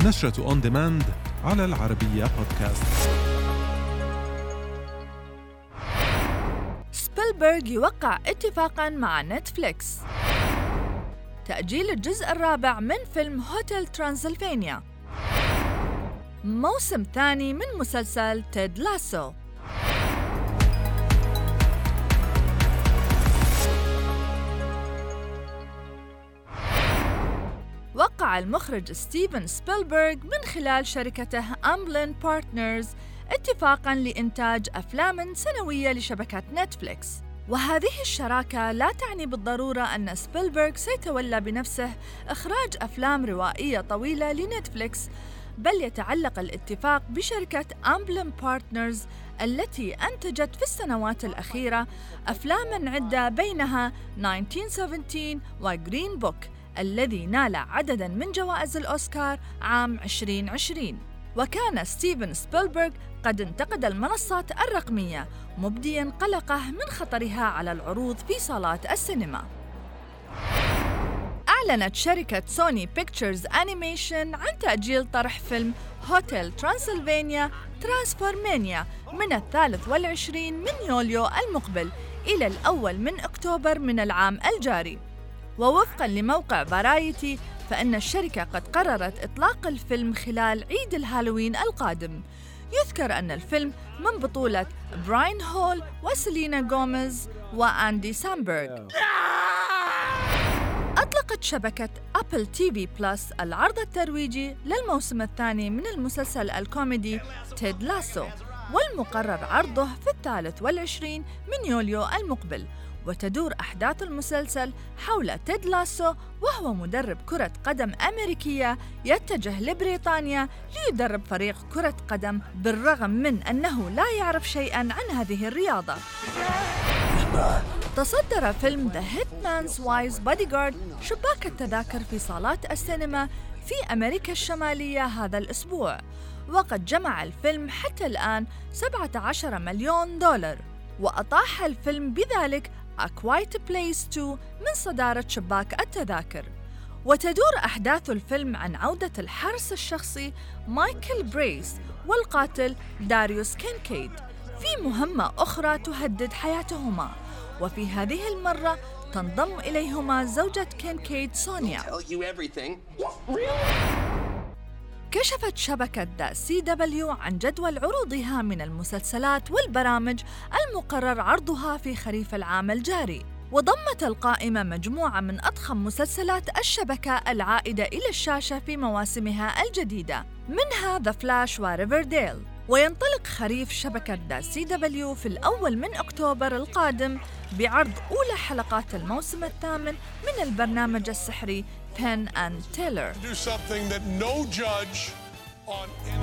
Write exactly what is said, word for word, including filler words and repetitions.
نشرة أون ديماند على العربية بودكاست. سبيلبرغ يوقع اتفاقاً مع نتفليكس. تأجيل الجزء الرابع من فيلم هوتيل ترانسلفانيا. موسم ثاني من مسلسل تيد لاسو. وقع المخرج ستيفن سبيلبرغ من خلال شركته أمبلين بارتنرز اتفاقاً لإنتاج أفلام سنوية لشبكة نتفليكس. وهذه الشراكة لا تعني بالضرورة أن سبيلبرغ سيتولى بنفسه إخراج أفلام روائية طويلة لنتفليكس، بل يتعلق الاتفاق بشركة أمبلين بارتنرز التي أنتجت في السنوات الأخيرة أفلاما عدة بينها تسعة عشر سبعة عشر وجرين بوك الذي نال عدداً من جوائز الأوسكار عام عشرين عشرين. وكان ستيفن سبيلبرغ قد انتقد المنصات الرقمية مبدياً قلقه من خطرها على العروض في صالات السينما. أعلنت شركة سوني بيكتشرز أنيميشن عن تأجيل طرح فيلم هوتيل ترانسلفانيا ترانسفورمانيا من الثالث والعشرين من يوليو المقبل إلى الأول من أكتوبر من العام الجاري. ووفقاً لموقع فرايتي فإن الشركة قد قررت إطلاق الفيلم خلال عيد الهالوين القادم. يذكر أن الفيلم من بطولة براين هول وسيلينا غوميز وأندي سامبرغ. أطلقت شبكة أبل تي في بلس العرض الترويجي للموسم الثاني من المسلسل الكوميدي تيد لاسو، والمقرر عرضه في الثالث والعشرين من يوليو المقبل. وتدور أحداث المسلسل حول تيد لاسو، وهو مدرب كرة قدم أمريكية يتجه لبريطانيا ليدرب فريق كرة قدم بالرغم من أنه لا يعرف شيئاً عن هذه الرياضة. تصدر فيلم The Hitman's Wife's Bodyguard شباك التذاكر في صالات السينما في أمريكا الشمالية هذا الأسبوع، وقد جمع الفيلم حتى الآن سبعة عشر مليون دولار، وأطاح الفيلم بذلك A Quiet Place تو من صدارة شباك التذاكر. وتدور أحداث الفيلم عن عودة الحارس الشخصي مايكل بريس والقاتل داريوس كينكيد في مهمة أخرى تهدد حياتهما، وفي هذه المرة تنضم إليهما زوجة كينكيد سونيا. كشفت شبكة ذا سي دبليو عن جدول عروضها من المسلسلات والبرامج المقرر عرضها في خريف العام الجاري، وضمت القائمة مجموعة من أضخم مسلسلات الشبكة العائدة إلى الشاشة في مواسمها الجديدة، منها ذا فلاش وريفرديل. وينطلق خريف شبكة ذا سي دبليو في الأول من أكتوبر القادم بعرض أولى حلقات الموسم الثامن من البرنامج السحري Penn and Teller.